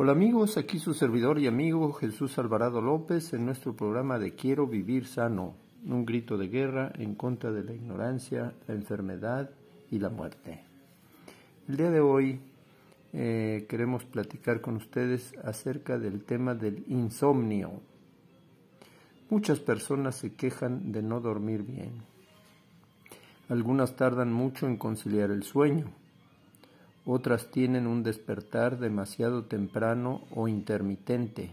Hola amigos, aquí su servidor y amigo Jesús Alvarado López en nuestro programa de Quiero Vivir Sano, un grito de guerra en contra de la ignorancia, la enfermedad y la muerte. El día de hoy queremos platicar con ustedes acerca del tema del insomnio. Muchas personas se quejan de no dormir bien. Algunas tardan mucho en conciliar el sueño. Otras tienen un despertar demasiado temprano o intermitente.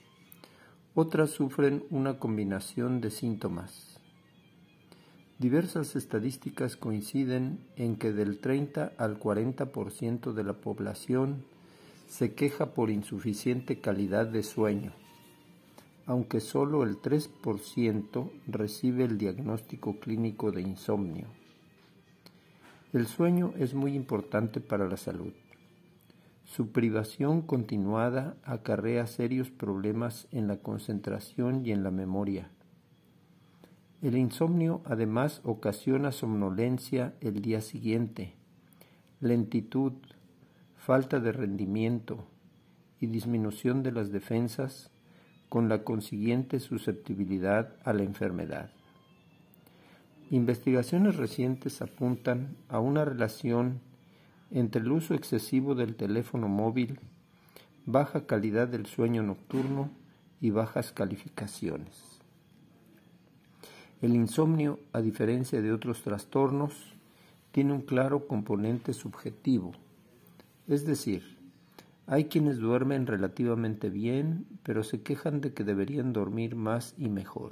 Otras sufren una combinación de síntomas. Diversas estadísticas coinciden en que del 30 al 40% de la población se queja por insuficiente calidad de sueño, aunque solo el 3% recibe el diagnóstico clínico de insomnio. El sueño es muy importante para la salud. Su privación continuada acarrea serios problemas en la concentración y en la memoria. El insomnio además ocasiona somnolencia el día siguiente, lentitud, falta de rendimiento y disminución de las defensas, con la consiguiente susceptibilidad a la enfermedad. Investigaciones recientes apuntan a una relación entre el uso excesivo del teléfono móvil, baja calidad del sueño nocturno y bajas calificaciones. El insomnio, a diferencia de otros trastornos, tiene un claro componente subjetivo, es decir, hay quienes duermen relativamente bien, pero se quejan de que deberían dormir más y mejor,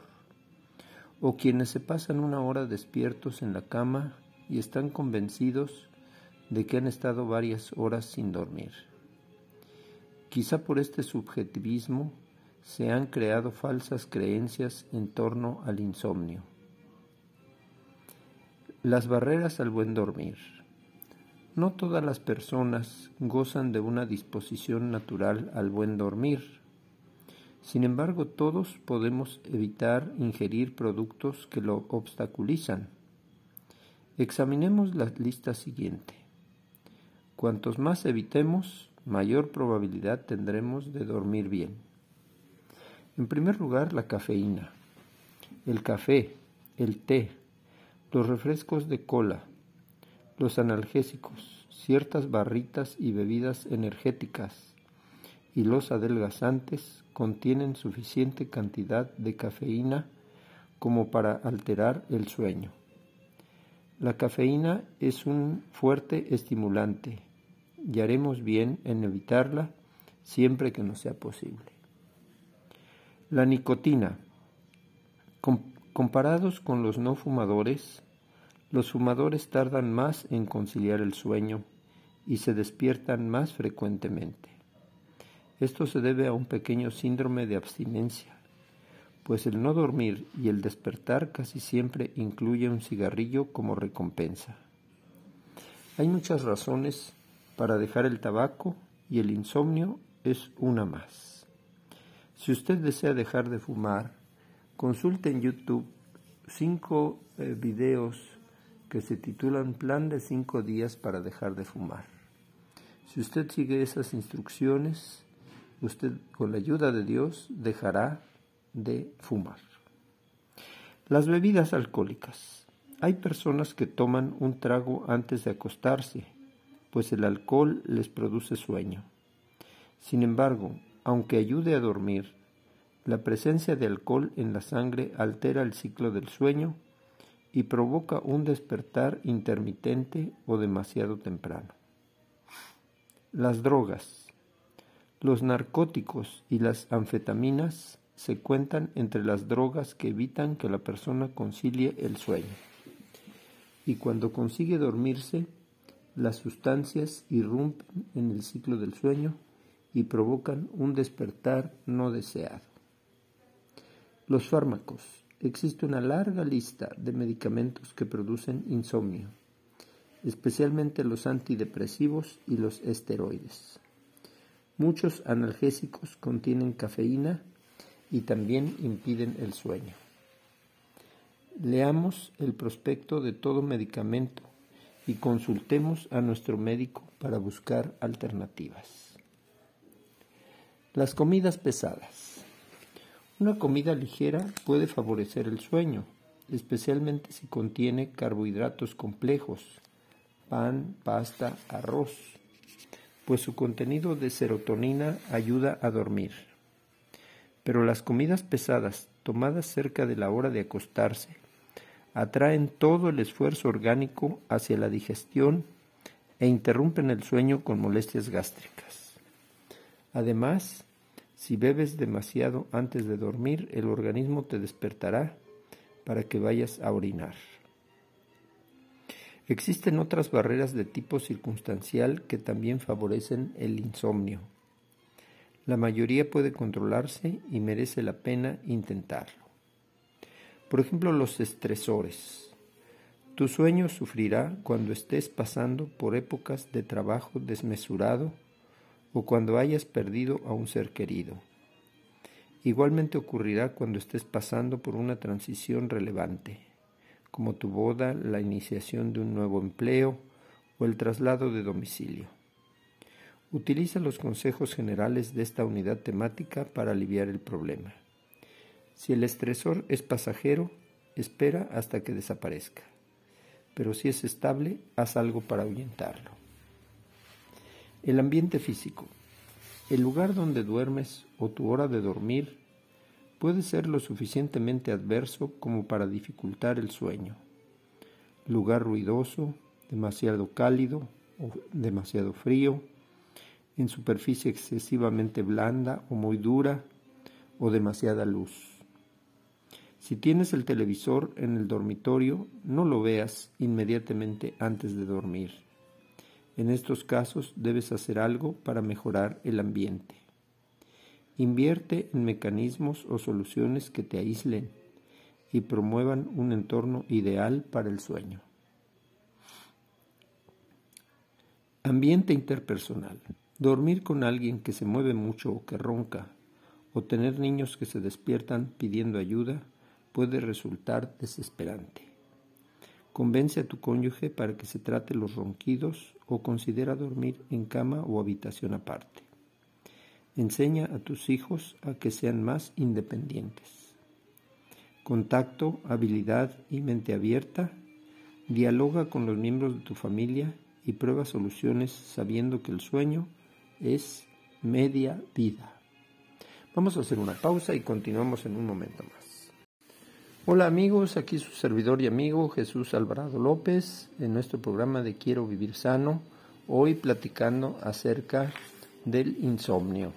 o quienes se pasan una hora despiertos en la cama y están convencidos de que han estado varias horas sin dormir. Quizá por este subjetivismo se han creado falsas creencias en torno al insomnio. Las barreras al buen dormir. No todas las personas gozan de una disposición natural al buen dormir. Sin embargo, todos podemos evitar ingerir productos que lo obstaculizan. Examinemos la lista siguiente. Cuantos más evitemos, mayor probabilidad tendremos de dormir bien. En primer lugar, la cafeína, el café, el té, los refrescos de cola, los analgésicos, ciertas barritas y bebidas energéticas y los adelgazantes contienen suficiente cantidad de cafeína como para alterar el sueño. La cafeína es un fuerte estimulante y haremos bien en evitarla siempre que nos sea posible. La nicotina. Comparados con los no fumadores, los fumadores tardan más en conciliar el sueño y se despiertan más frecuentemente. Esto se debe a un pequeño síndrome de abstinencia, pues el no dormir y el despertar casi siempre incluye un cigarrillo como recompensa. Hay muchas razones para dejar el tabaco y el insomnio es una más. Si usted desea dejar de fumar, consulte en YouTube 5 videos que se titulan Plan de 5 días para dejar de fumar. Si usted sigue esas instrucciones, usted, con la ayuda de Dios, dejará de fumar. Las bebidas alcohólicas. Hay personas que toman un trago antes de acostarse, pues el alcohol les produce sueño. Sin embargo, aunque ayude a dormir, la presencia de alcohol en la sangre altera el ciclo del sueño y provoca un despertar intermitente o demasiado temprano. Las drogas. Los narcóticos y las anfetaminas se cuentan entre las drogas que evitan que la persona concilie el sueño. Y cuando consigue dormirse, las sustancias irrumpen en el ciclo del sueño y provocan un despertar no deseado. Los fármacos. Existe una larga lista de medicamentos que producen insomnio, especialmente los antidepresivos y los esteroides. Muchos analgésicos contienen cafeína y también impiden el sueño. Leamos el prospecto de todo medicamento y consultemos a nuestro médico para buscar alternativas. Las comidas pesadas. Una comida ligera puede favorecer el sueño, especialmente si contiene carbohidratos complejos, pan, pasta, arroz, pues su contenido de serotonina ayuda a dormir. Pero las comidas pesadas, tomadas cerca de la hora de acostarse, atraen todo el esfuerzo orgánico hacia la digestión e interrumpen el sueño con molestias gástricas. Además, si bebes demasiado antes de dormir, el organismo te despertará para que vayas a orinar. Existen otras barreras de tipo circunstancial que también favorecen el insomnio. La mayoría puede controlarse y merece la pena intentarlo. Por ejemplo, los estresores. Tu sueño sufrirá cuando estés pasando por épocas de trabajo desmesurado o cuando hayas perdido a un ser querido. Igualmente ocurrirá cuando estés pasando por una transición relevante, como tu boda, la iniciación de un nuevo empleo o el traslado de domicilio. Utiliza los consejos generales de esta unidad temática para aliviar el problema. Si el estresor es pasajero, espera hasta que desaparezca. Pero si es estable, haz algo para ahuyentarlo. El ambiente físico. El lugar donde duermes o tu hora de dormir puede ser lo suficientemente adverso como para dificultar el sueño. Lugar ruidoso, demasiado cálido o demasiado frío, en superficie excesivamente blanda o muy dura o demasiada luz. Si tienes el televisor en el dormitorio, no lo veas inmediatamente antes de dormir. En estos casos debes hacer algo para mejorar el ambiente. Invierte en mecanismos o soluciones que te aíslen y promuevan un entorno ideal para el sueño. Ambiente interpersonal. Dormir con alguien que se mueve mucho o que ronca, o tener niños que se despiertan pidiendo ayuda, puede resultar desesperante. Convence a tu cónyuge para que se trate los ronquidos o considera dormir en cama o habitación aparte. Enseña a tus hijos a que sean más independientes. Contacto, habilidad y mente abierta. Dialoga con los miembros de tu familia y prueba soluciones sabiendo que el sueño es media vida. Vamos a hacer una pausa y continuamos en un momento más. Hola amigos, aquí su servidor y amigo Jesús Alvarado López en nuestro programa de Quiero Vivir Sano, hoy platicando acerca del insomnio.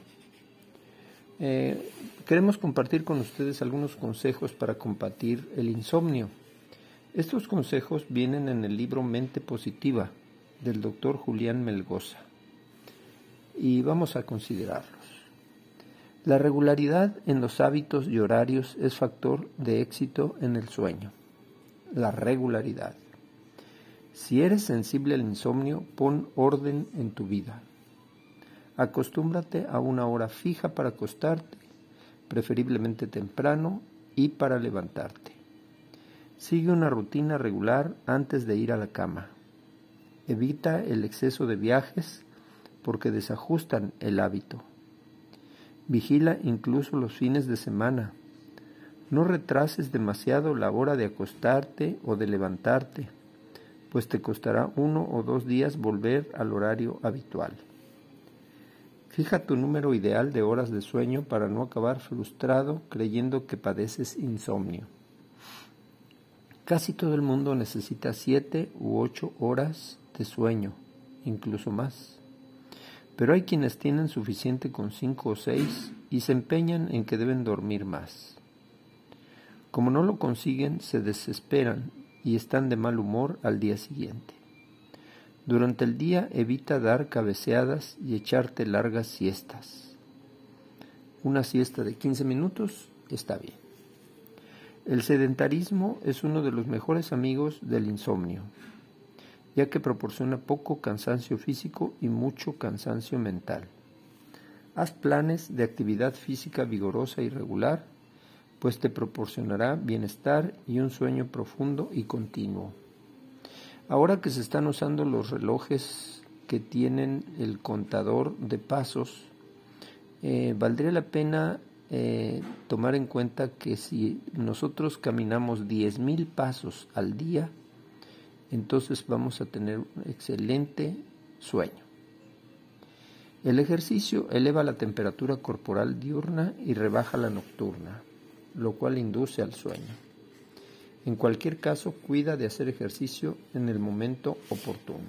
Queremos compartir con ustedes algunos consejos para combatir el insomnio. Estos consejos vienen en el libro Mente Positiva del Dr. Julián Melgoza y vamos a considerarlos. La regularidad en los hábitos y horarios es factor de éxito en el sueño. La regularidad. Si eres sensible al insomnio, pon orden en tu vida. Acostúmbrate a una hora fija para acostarte, preferiblemente temprano, y para levantarte. Sigue una rutina regular antes de ir a la cama. Evita el exceso de viajes porque desajustan el hábito. Vigila incluso los fines de semana. No retrases demasiado la hora de acostarte o de levantarte, pues te costará 1 o 2 días volver al horario habitual. Fija tu número ideal de horas de sueño para no acabar frustrado creyendo que padeces insomnio. Casi todo el mundo necesita 7 u 8 horas de sueño, incluso más. Pero hay quienes tienen suficiente con 5 o 6 y se empeñan en que deben dormir más. Como no lo consiguen, se desesperan y están de mal humor al día siguiente. Durante el día evita dar cabeceadas y echarte largas siestas. Una siesta de 15 minutos está bien. El sedentarismo es uno de los mejores amigos del insomnio, ya que proporciona poco cansancio físico y mucho cansancio mental. Haz planes de actividad física vigorosa y regular, pues te proporcionará bienestar y un sueño profundo y continuo. Ahora que se están usando los relojes que tienen el contador de pasos, valdría la pena tomar en cuenta que si nosotros caminamos 10,000 pasos al día, entonces vamos a tener un excelente sueño. El ejercicio eleva la temperatura corporal diurna y rebaja la nocturna, lo cual induce al sueño. En cualquier caso, cuida de hacer ejercicio en el momento oportuno.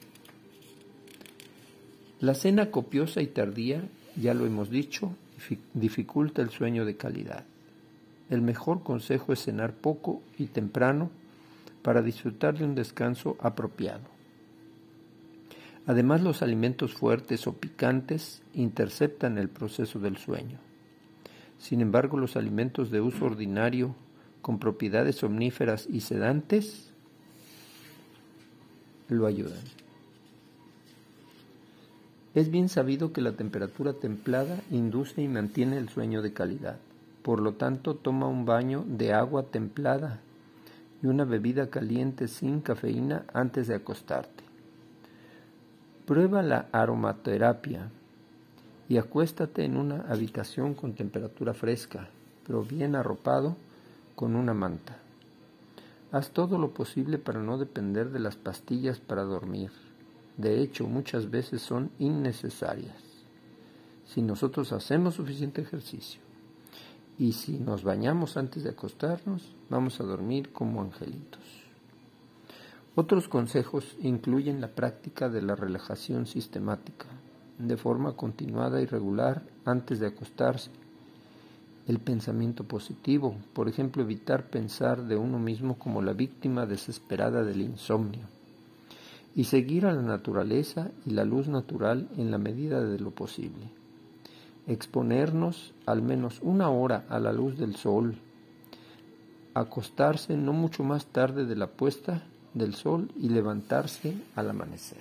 La cena copiosa y tardía, ya lo hemos dicho, dificulta el sueño de calidad. El mejor consejo es cenar poco y temprano para disfrutar de un descanso apropiado. Además, los alimentos fuertes o picantes interceptan el proceso del sueño. Sin embargo, los alimentos de uso ordinario con propiedades somníferas y sedantes lo ayudan. Es bien sabido que la temperatura templada induce y mantiene el sueño de calidad. Por lo tanto, toma un baño de agua templada y una bebida caliente sin cafeína antes de acostarte. Prueba la aromaterapia y acuéstate en una habitación con temperatura fresca, pero bien arropado con una manta. Haz todo lo posible para no depender de las pastillas para dormir. De hecho, muchas veces son innecesarias. Si nosotros hacemos suficiente ejercicio y si nos bañamos antes de acostarnos, vamos a dormir como angelitos. Otros consejos incluyen la práctica de la relajación sistemática, de forma continuada y regular antes de acostarse. El pensamiento positivo, por ejemplo, evitar pensar de uno mismo como la víctima desesperada del insomnio. Y seguir a la naturaleza y la luz natural en la medida de lo posible. Exponernos al menos 1 hora a la luz del sol. Acostarse no mucho más tarde de la puesta del sol y levantarse al amanecer.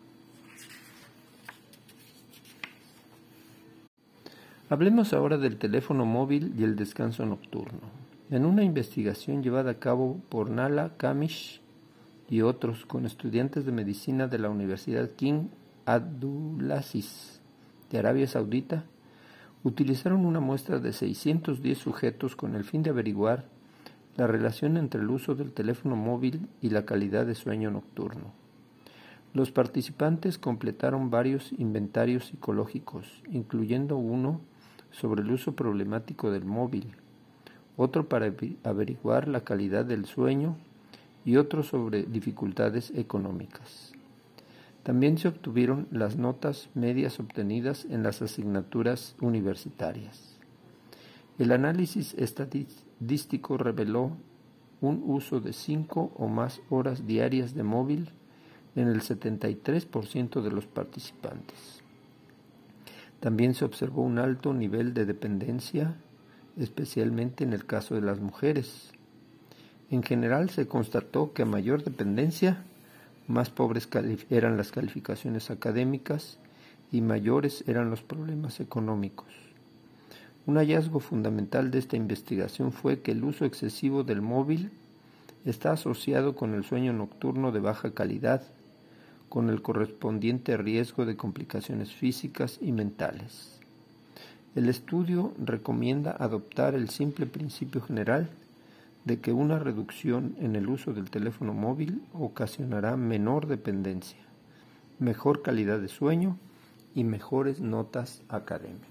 Hablemos ahora del teléfono móvil y el descanso nocturno. En una investigación llevada a cabo por Nala Kamish y otros con estudiantes de medicina de la Universidad King Abdulaziz de Arabia Saudita, utilizaron una muestra de 610 sujetos con el fin de averiguar la relación entre el uso del teléfono móvil y la calidad de sueño nocturno. Los participantes completaron varios inventarios psicológicos, incluyendo uno sobre el uso problemático del móvil, otro para averiguar la calidad del sueño y otro sobre dificultades económicas. También se obtuvieron las notas medias obtenidas en las asignaturas universitarias. El análisis estadístico reveló un uso de 5 o más horas diarias de móvil en el 73% de los participantes. También se observó un alto nivel de dependencia, especialmente en el caso de las mujeres. En general se constató que a mayor dependencia, más pobres eran las calificaciones académicas y mayores eran los problemas económicos. Un hallazgo fundamental de esta investigación fue que el uso excesivo del móvil está asociado con el sueño nocturno de baja calidad, con el correspondiente riesgo de complicaciones físicas y mentales. El estudio recomienda adoptar el simple principio general de que una reducción en el uso del teléfono móvil ocasionará menor dependencia, mejor calidad de sueño y mejores notas académicas.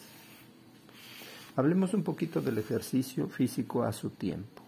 Hablemos un poquito del ejercicio físico a su tiempo.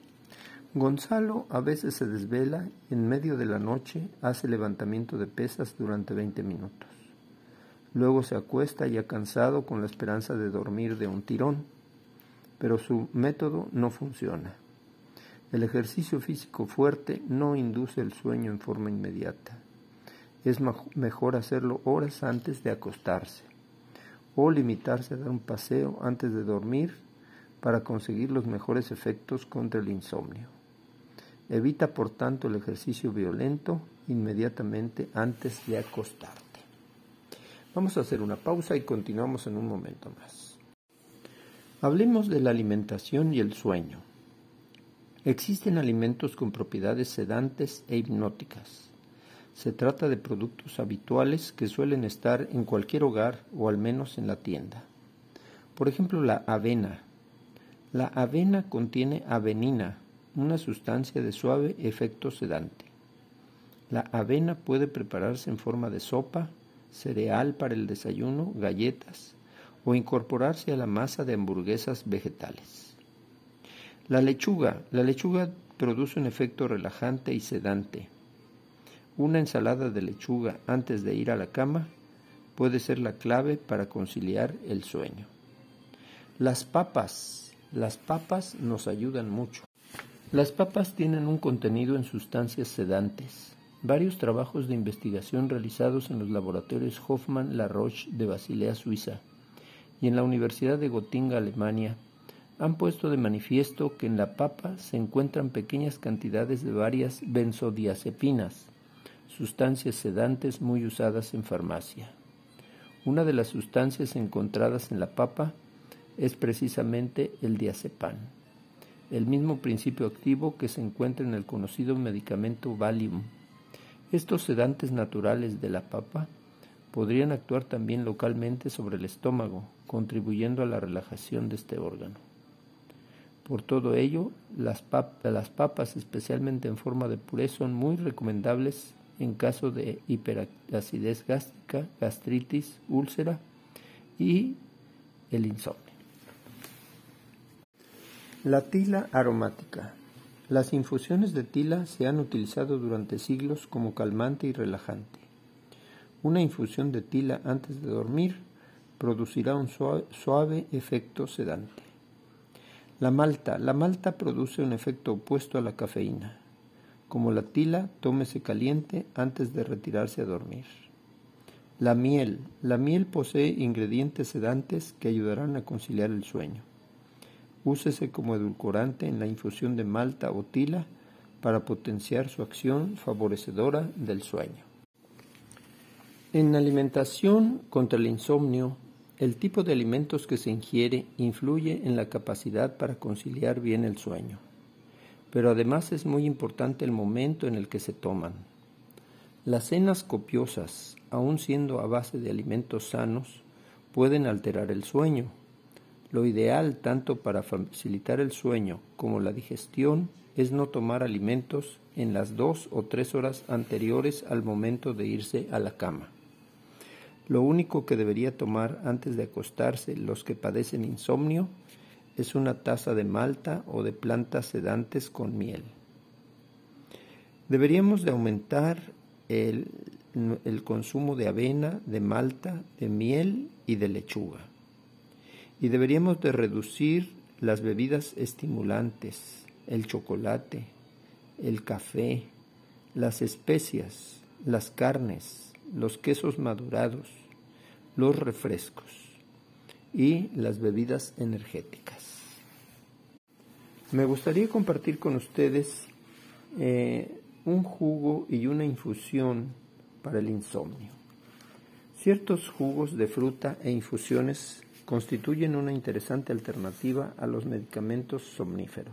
Gonzalo a veces se desvela y en medio de la noche hace levantamiento de pesas durante 20 minutos. Luego se acuesta ya cansado con la esperanza de dormir de un tirón, pero su método no funciona. El ejercicio físico fuerte no induce el sueño en forma inmediata. Es mejor hacerlo horas antes de acostarse o limitarse a dar un paseo antes de dormir para conseguir los mejores efectos contra el insomnio. Evita, por tanto, el ejercicio violento inmediatamente antes de acostarte. Vamos a hacer una pausa y continuamos en un momento más. Hablemos de la alimentación y el sueño. Existen alimentos con propiedades sedantes e hipnóticas. Se trata de productos habituales que suelen estar en cualquier hogar o al menos en la tienda. Por ejemplo, la avena. La avena contiene avenina, una sustancia de suave efecto sedante. La avena puede prepararse en forma de sopa, cereal para el desayuno, galletas o incorporarse a la masa de hamburguesas vegetales. La lechuga produce un efecto relajante y sedante. Una ensalada de lechuga antes de ir a la cama puede ser la clave para conciliar el sueño. Las papas nos ayudan mucho. Las papas tienen un contenido en sustancias sedantes. Varios trabajos de investigación realizados en los laboratorios Hoffmann-La Roche de Basilea, Suiza, y en la Universidad de Gotinga, Alemania, han puesto de manifiesto que en la papa se encuentran pequeñas cantidades de varias benzodiazepinas, sustancias sedantes muy usadas en farmacia. Una de las sustancias encontradas en la papa es precisamente el diazepam, el mismo principio activo que se encuentra en el conocido medicamento Valium. Estos sedantes naturales de la papa podrían actuar también localmente sobre el estómago, contribuyendo a la relajación de este órgano. Por todo ello, las papas, especialmente en forma de puré, son muy recomendables en caso de hiperacidez gástrica, gastritis, úlcera y el insomnio. La tila aromática. Las infusiones de tila se han utilizado durante siglos como calmante y relajante. Una infusión de tila antes de dormir producirá un suave efecto sedante. La malta produce un efecto opuesto a la cafeína. Como la tila, tómese caliente antes de retirarse a dormir. La miel posee ingredientes sedantes que ayudarán a conciliar el sueño. Úsese como edulcorante en la infusión de malta o tila para potenciar su acción favorecedora del sueño. En alimentación contra el insomnio, el tipo de alimentos que se ingiere influye en la capacidad para conciliar bien el sueño, pero además es muy importante el momento en el que se toman. Las cenas copiosas, aun siendo a base de alimentos sanos, pueden alterar el sueño. Lo ideal tanto para facilitar el sueño como la digestión es no tomar alimentos en las 2 o 3 horas anteriores al momento de irse a la cama. Lo único que debería tomar antes de acostarse los que padecen insomnio es una taza de malta o de plantas sedantes con miel. Deberíamos de aumentar el consumo de avena, de malta, de miel y de lechuga. Y deberíamos de reducir las bebidas estimulantes, el chocolate, el café, las especias, las carnes, los quesos madurados, los refrescos y las bebidas energéticas. Me gustaría compartir con ustedes un jugo y una infusión para el insomnio. Ciertos jugos de fruta e infusiones constituyen una interesante alternativa a los medicamentos somníferos.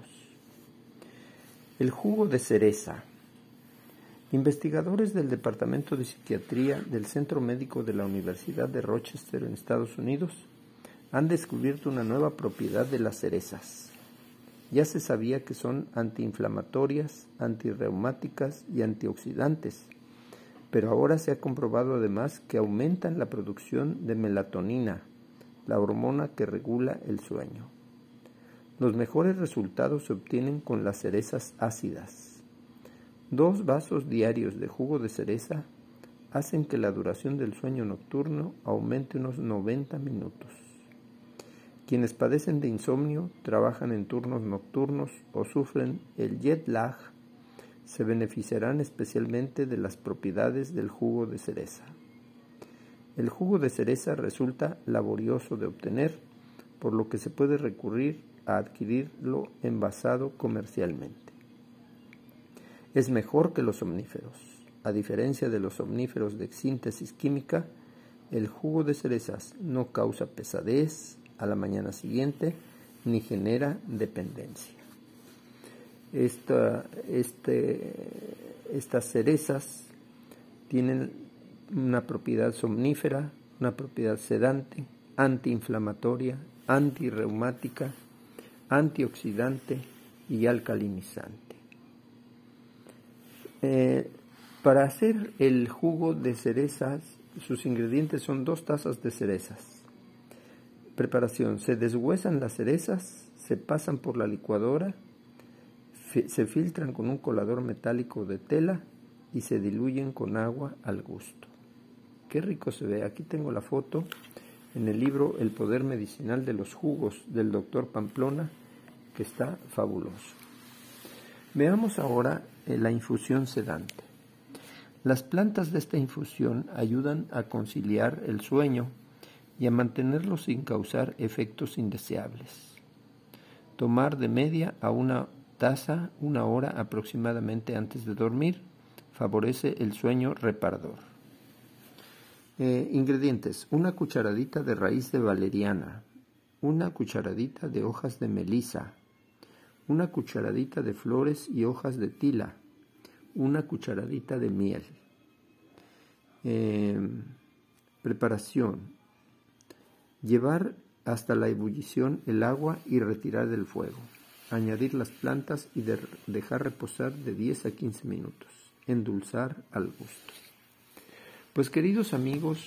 El jugo de cereza. Investigadores del Departamento de Psiquiatría del Centro Médico de la Universidad de Rochester en Estados Unidos han descubierto una nueva propiedad de las cerezas. Ya se sabía que son antiinflamatorias, antirreumáticas y antioxidantes, pero ahora se ha comprobado además que aumentan la producción de melatonina, la hormona que regula el sueño. Los mejores resultados se obtienen con las cerezas ácidas. 2 vasos diarios de jugo de cereza hacen que la duración del sueño nocturno aumente unos 90 minutos. Quienes padecen de insomnio, trabajan en turnos nocturnos o sufren el jet lag, se beneficiarán especialmente de las propiedades del jugo de cereza. El jugo de cereza resulta laborioso de obtener, por lo que se puede recurrir a adquirirlo envasado comercialmente. Es mejor que los somníferos. A diferencia de los somníferos de síntesis química, el jugo de cerezas no causa pesadez a la mañana siguiente ni genera dependencia. Estas cerezas Tienen una propiedad somnífera, una propiedad sedante, antiinflamatoria, antirreumática, antioxidante y alcalinizante. Para hacer el jugo de cerezas, sus ingredientes son 2 tazas de cerezas. Preparación: se deshuesan las cerezas, se pasan por la licuadora, se filtran con un colador metálico de tela y se diluyen con agua al gusto. Qué rico se ve. Aquí tengo la foto en el libro El poder medicinal de los jugos del doctor Pamplona, que está fabuloso. Veamos ahora la infusión sedante. Las plantas de esta infusión ayudan a conciliar el sueño y a mantenerlo sin causar efectos indeseables. Tomar de media a una taza 1 hora aproximadamente antes de dormir favorece el sueño reparador. Ingredientes: 1 cucharadita de raíz de valeriana, 1 cucharadita de hojas de melisa, 1 cucharadita de flores y hojas de tila, 1 cucharadita de miel. Preparación: llevar hasta la ebullición el agua y retirar del fuego. Añadir las plantas y dejar reposar de 10 a 15 minutos. Endulzar al gusto. Pues, queridos amigos,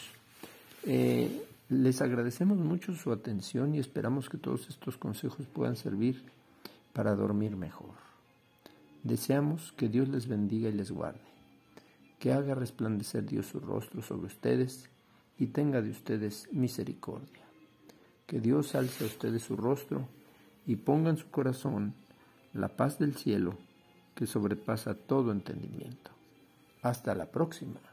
les agradecemos mucho su atención y esperamos que todos estos consejos puedan servir para dormir mejor. Deseamos que Dios les bendiga y les guarde, que haga resplandecer Dios su rostro sobre ustedes y tenga de ustedes misericordia. Que Dios alce a ustedes su rostro y ponga en su corazón la paz del cielo que sobrepasa todo entendimiento. Hasta la próxima.